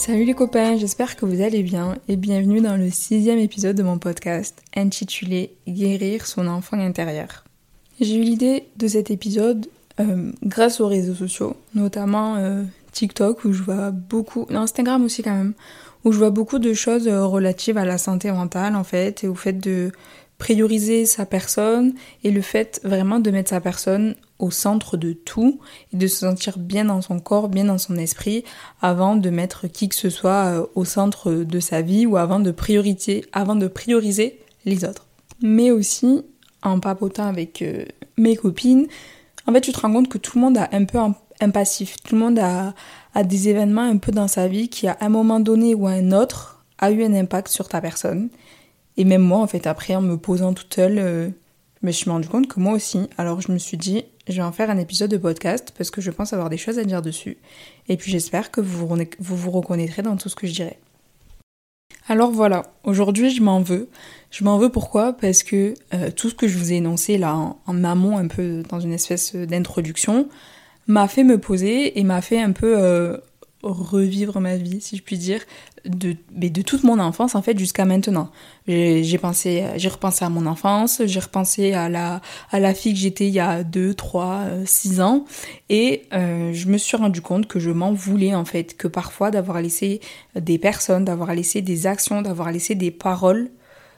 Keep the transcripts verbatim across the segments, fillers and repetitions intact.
Salut les copains, j'espère que vous allez bien et bienvenue dans le sixième épisode de mon podcast intitulé « Guérir son enfant intérieur ». J'ai eu l'idée de cet épisode euh, grâce aux réseaux sociaux, notamment euh, TikTok où je vois beaucoup, Instagram aussi quand même, où je vois beaucoup de choses relatives à la santé mentale en fait et au fait de prioriser sa personne et le fait vraiment de mettre sa personne au centre de tout et de se sentir bien dans son corps, bien dans son esprit avant de mettre qui que ce soit au centre de sa vie ou avant de prioriser, avant de prioriser les autres. Mais aussi, en papotant avec euh, mes copines, en fait tu te rends compte que tout le monde a un peu un, un passif, tout le monde a, a des événements un peu dans sa vie qui à un moment donné ou à un autre a eu un impact sur ta personne. Et même moi, en fait, après, en me posant toute seule, euh, je me suis rendu compte que moi aussi. Alors, je me suis dit, je vais en faire un épisode de podcast parce que je pense avoir des choses à dire dessus. Et puis, j'espère que vous vous, vous, vous reconnaîtrez dans tout ce que je dirai. Alors voilà, aujourd'hui, je m'en veux. Je m'en veux pourquoi ? Parce que euh, tout ce que je vous ai énoncé là, en, en amont, un peu dans une espèce d'introduction, m'a fait me poser et m'a fait un peu euh, revivre ma vie, si je puis dire, de, mais de toute mon enfance en fait jusqu'à maintenant. J'ai, j'ai pensé, j'ai repensé à mon enfance, j'ai repensé à la, à la fille que j'étais il y a deux, trois, six ans et euh, je me suis rendu compte que je m'en voulais en fait, que parfois d'avoir laissé des personnes, d'avoir laissé des actions, d'avoir laissé des paroles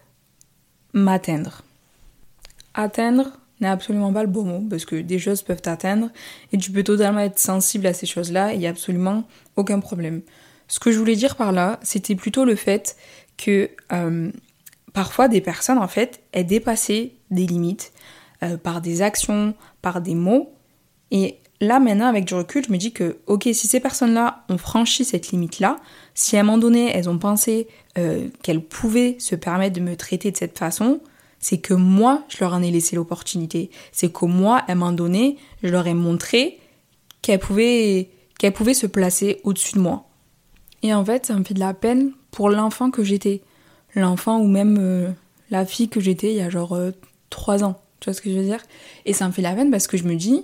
m'atteindre. Atteindre n'est absolument pas le bon mot, parce que des choses peuvent t'atteindre et tu peux totalement être sensible à ces choses-là et il n'y a absolument aucun problème. Ce que je voulais dire par là, c'était plutôt le fait que euh, parfois des personnes, en fait, elles dépassaient des limites euh, par des actions, par des mots. Et là, maintenant, avec du recul, je me dis que, ok, si ces personnes-là ont franchi cette limite-là, si à un moment donné, elles ont pensé euh, qu'elles pouvaient se permettre de me traiter de cette façon, c'est que moi, je leur en ai laissé l'opportunité. C'est que moi, à un moment donné, je leur ai montré qu'elles pouvaient, qu'elles pouvaient se placer au-dessus de moi. Et en fait, ça me fait de la peine pour l'enfant que j'étais. L'enfant ou même euh, la fille que j'étais il y a genre euh, trois ans. Tu vois ce que je veux dire ? Et ça me fait de la peine parce que je me dis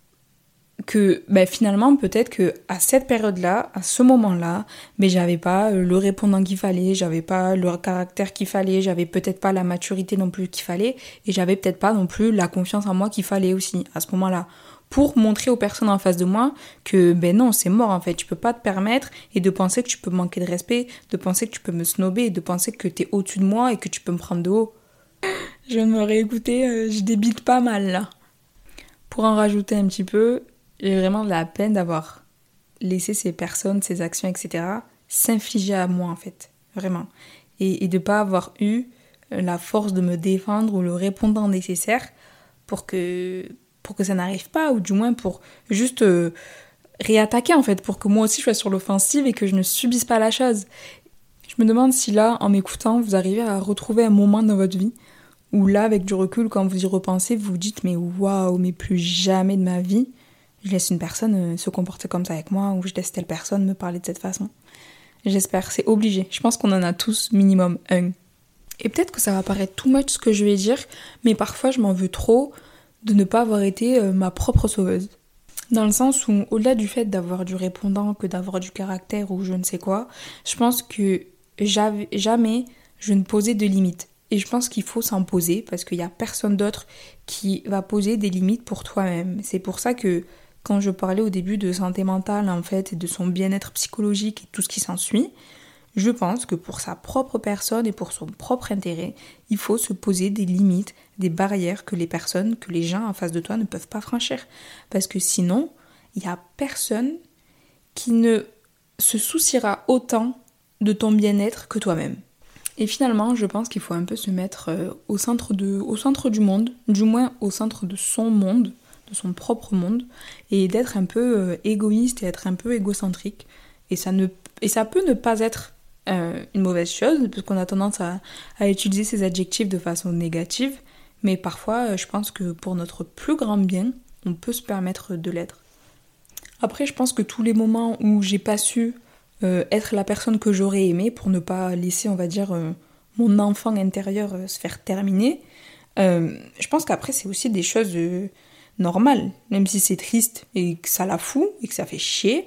que ben, finalement, peut-être que à cette période-là, à ce moment-là, ben, j'avais pas le répondant qu'il fallait, j'avais pas le caractère qu'il fallait, j'avais peut-être pas la maturité non plus qu'il fallait, et j'avais peut-être pas non plus la confiance en moi qu'il fallait aussi à ce moment-là. Pour montrer aux personnes en face de moi que ben non, c'est mort en fait, tu peux pas te permettre et de penser que tu peux me manquer de respect, de penser que tu peux me snober, et de penser que t'es au-dessus de moi et que tu peux me prendre de haut. Je viens de me réécouter, euh, je débite pas mal là. Pour en rajouter un petit peu, j'ai vraiment de la peine d'avoir laissé ces personnes, ces actions, et cetera s'infliger à moi en fait, vraiment. Et, et de pas avoir eu la force de me défendre ou le répondant nécessaire pour que... pour que ça n'arrive pas, ou du moins pour juste euh, réattaquer en fait, pour que moi aussi je sois sur l'offensive et que je ne subisse pas la chose. Je me demande si là, en m'écoutant, vous arrivez à retrouver un moment dans votre vie où là, avec du recul, quand vous y repensez, vous vous dites mais waouh, mais plus jamais de ma vie, je laisse une personne euh, se comporter comme ça avec moi, ou je laisse telle personne me parler de cette façon. J'espère, c'est obligé. Je pense qu'on en a tous minimum un. Et peut-être que ça va paraître too much ce que je vais dire, mais parfois je m'en veux trop de ne pas avoir été euh, ma propre sauveuse. Dans le sens où, au-delà du fait d'avoir du répondant que d'avoir du caractère ou je ne sais quoi, je pense que j'avais, jamais je ne posais de limites. Et je pense qu'il faut s'en poser parce qu'il n'y a personne d'autre qui va poser des limites pour toi-même. C'est pour ça que quand je parlais au début de santé mentale en fait et de son bien-être psychologique et tout ce qui s'ensuit, je pense que pour sa propre personne et pour son propre intérêt, il faut se poser des limites, des barrières que les personnes, que les gens en face de toi ne peuvent pas franchir. Parce que sinon, il n'y a personne qui ne se souciera autant de ton bien-être que toi-même. Et finalement, je pense qu'il faut un peu se mettre au centre, de, au centre du monde, du moins au centre de son monde, de son propre monde, et d'être un peu égoïste et être un peu égocentrique. Et ça, ne, et ça peut ne pas être euh, une mauvaise chose, parce qu'on a tendance à, à utiliser ces adjectifs de façon négative, mais parfois, je pense que pour notre plus grand bien, on peut se permettre de l'être. Après, je pense que tous les moments où j'ai pas su euh, être la personne que j'aurais aimée, pour ne pas laisser, on va dire, euh, mon enfant intérieur euh, se faire terminer, euh, je pense qu'après, c'est aussi des choses... Euh, normal, même si c'est triste et que ça la fout et que ça fait chier.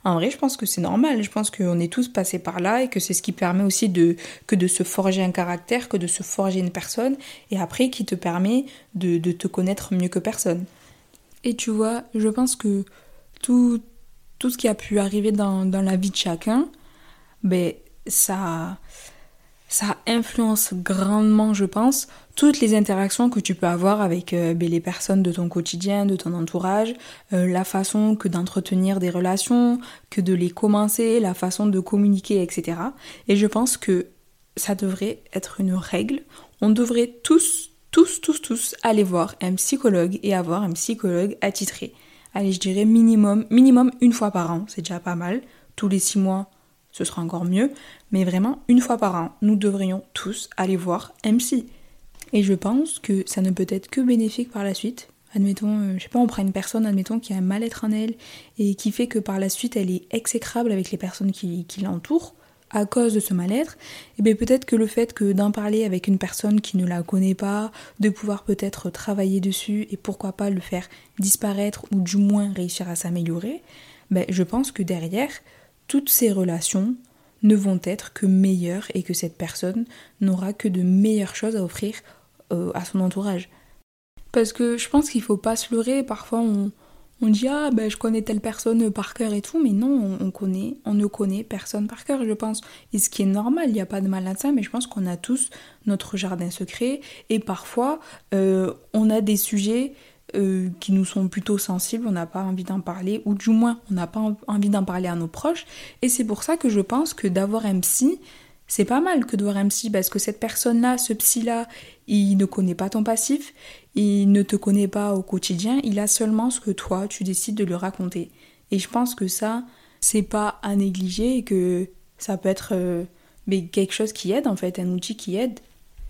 En vrai, je pense que c'est normal. Je pense qu'on est tous passés par là et que c'est ce qui permet aussi de, que de se forger un caractère, que de se forger une personne et après qui te permet de, de te connaître mieux que personne. Et tu vois, je pense que tout, tout ce qui a pu arriver dans, dans la vie de chacun, ben, ça, ça influence grandement, je pense, toutes les interactions que tu peux avoir avec euh, ben, les personnes de ton quotidien, de ton entourage, euh, la façon que d'entretenir des relations, que de les commencer, la façon de communiquer, et cetera. Et je pense que ça devrait être une règle. On devrait tous, tous, tous, tous aller voir un psychologue et avoir un psychologue attitré. Allez, je dirais minimum, minimum une fois par an, c'est déjà pas mal. Tous les six mois, ce sera encore mieux. Mais vraiment, une fois par an, nous devrions tous aller voir un psy. Et je pense que ça ne peut être que bénéfique par la suite. Admettons, euh, je sais pas, on prend une personne, admettons, qui a un mal-être en elle et qui fait que par la suite, elle est exécrable avec les personnes qui, qui l'entourent à cause de ce mal-être. Et bien peut-être que le fait que d'en parler avec une personne qui ne la connaît pas, de pouvoir peut-être travailler dessus et pourquoi pas le faire disparaître ou du moins réussir à s'améliorer, ben je pense que derrière, toutes ces relations ne vont être que meilleures et que cette personne n'aura que de meilleures choses à offrir euh, à son entourage. Parce que je pense qu'il faut pas se leurrer, parfois on, on dit ah ben je connais telle personne par cœur et tout, mais non, on, on connaît, on ne connaît personne par cœur, je pense. Et ce qui est normal, il n'y a pas de mal à ça, mais je pense qu'on a tous notre jardin secret et parfois euh, on a des sujets Euh, qui nous sont plutôt sensibles, on n'a pas envie d'en parler, ou du moins on n'a pas envie d'en parler à nos proches, et c'est pour ça que je pense que d'avoir un psy, c'est pas mal que d'avoir un psy, parce que cette personne-là, ce psy-là, il ne connaît pas ton passif, il ne te connaît pas au quotidien, il a seulement ce que toi, tu décides de lui raconter. Et je pense que ça, c'est pas à négliger, et que ça peut être euh, mais quelque chose qui aide en fait, un outil qui aide.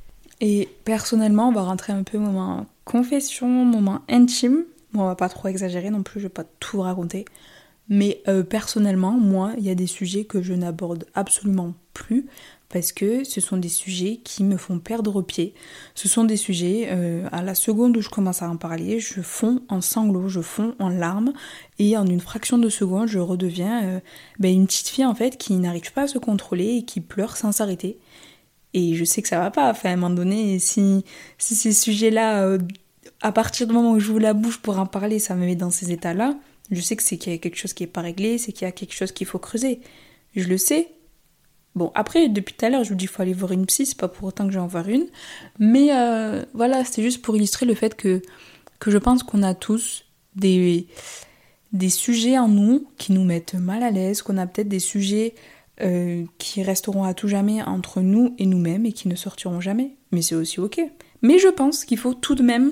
Et personnellement, on va rentrer un peu moment confession, moment intime. Bon, on va pas trop exagérer non plus, je vais pas tout raconter. Mais euh, personnellement, moi, il y a des sujets que je n'aborde absolument plus parce que ce sont des sujets qui me font perdre pied. Ce sont des sujets, euh, à la seconde où je commence à en parler, je fonds en sanglots, je fonds en larmes et en une fraction de seconde, je redeviens euh, ben, une petite fille en fait qui n'arrive pas à se contrôler et qui pleure sans s'arrêter. Et je sais que ça va pas, enfin, à un moment donné, si, si ces sujets-là, euh, à partir du moment où j'ouvre la bouche pour en parler, ça me met dans ces états-là, je sais que c'est qu'il y a quelque chose qui est pas réglé, c'est qu'il y a quelque chose qu'il faut creuser. Je le sais. Bon, après, depuis tout à l'heure, je vous dis qu'il faut aller voir une psy, c'est pas pour autant que j'en voir une. Mais euh, voilà, c'était juste pour illustrer le fait que, que je pense qu'on a tous des, des sujets en nous qui nous mettent mal à l'aise, qu'on a peut-être des sujets Euh, qui resteront à tout jamais entre nous et nous-mêmes et qui ne sortiront jamais. Mais c'est aussi ok. Mais je pense qu'il faut tout de même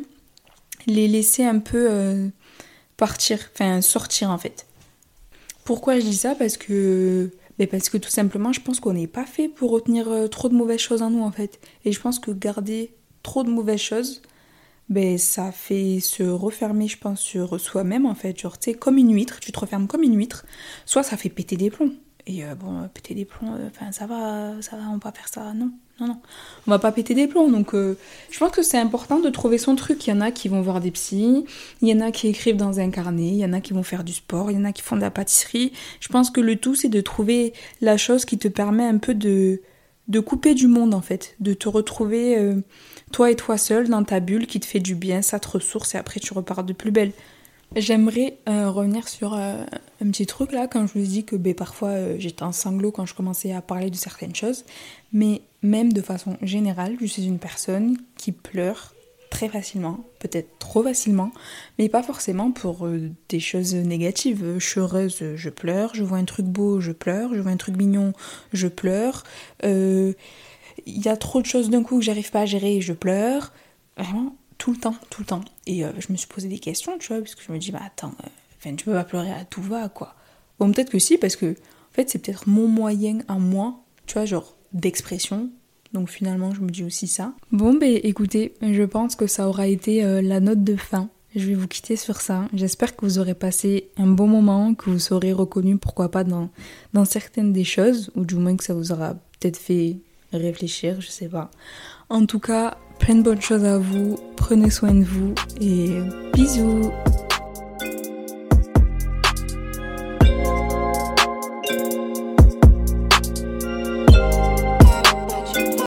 les laisser un peu euh, partir, enfin sortir en fait. Pourquoi je dis ça ? Parce que, ben parce que tout simplement, je pense qu'on n'est pas fait pour retenir euh, trop de mauvaises choses en nous en fait. Et je pense que garder trop de mauvaises choses, ben ça fait se refermer, je pense, sur soi-même en fait. Genre, tu sais, comme une huître, tu te refermes comme une huître, soit ça fait péter des plombs. Et euh, bon, euh, péter des plombs, enfin euh, ça va, ça va, on va pas faire ça, non, non, non. On va pas péter des plombs, donc euh, je pense que c'est important de trouver son truc. Il y en a qui vont voir des psys, il y en a qui écrivent dans un carnet, il y en a qui vont faire du sport, il y en a qui font de la pâtisserie. Je pense que le tout, c'est de trouver la chose qui te permet un peu de, de couper du monde, en fait. De te retrouver, euh, toi et toi seul, dans ta bulle, qui te fait du bien, ça te ressource, et après tu repars de plus belle. J'aimerais euh, revenir sur euh, un petit truc là, quand je vous dis que ben, parfois euh, j'étais en sanglots quand je commençais à parler de certaines choses, mais même de façon générale, je suis une personne qui pleure très facilement, peut-être trop facilement, mais pas forcément pour euh, des choses négatives. Je suis heureuse, je pleure, je vois un truc beau, je pleure, je vois un truc mignon, je pleure, euh, il y a trop de choses d'un coup que j'arrive pas à gérer et je pleure, vraiment. Tout le temps, tout le temps. Et euh, je me suis posé des questions, tu vois, parce que je me dis, bah attends, euh, tu peux pas pleurer à tout va, quoi. Bon, peut-être que si, parce que, en fait, c'est peut-être mon moyen à moi, tu vois, genre, d'expression. Donc finalement, je me dis aussi ça. Bon, ben écoutez, je pense que ça aura été euh, la note de fin. Je vais vous quitter sur ça. J'espère que vous aurez passé un bon moment, que vous serez reconnu, pourquoi pas, dans, dans certaines des choses, ou du moins que ça vous aura peut-être fait réfléchir, je sais pas. En tout cas, plein de bonnes choses à vous, prenez soin de vous et bisous!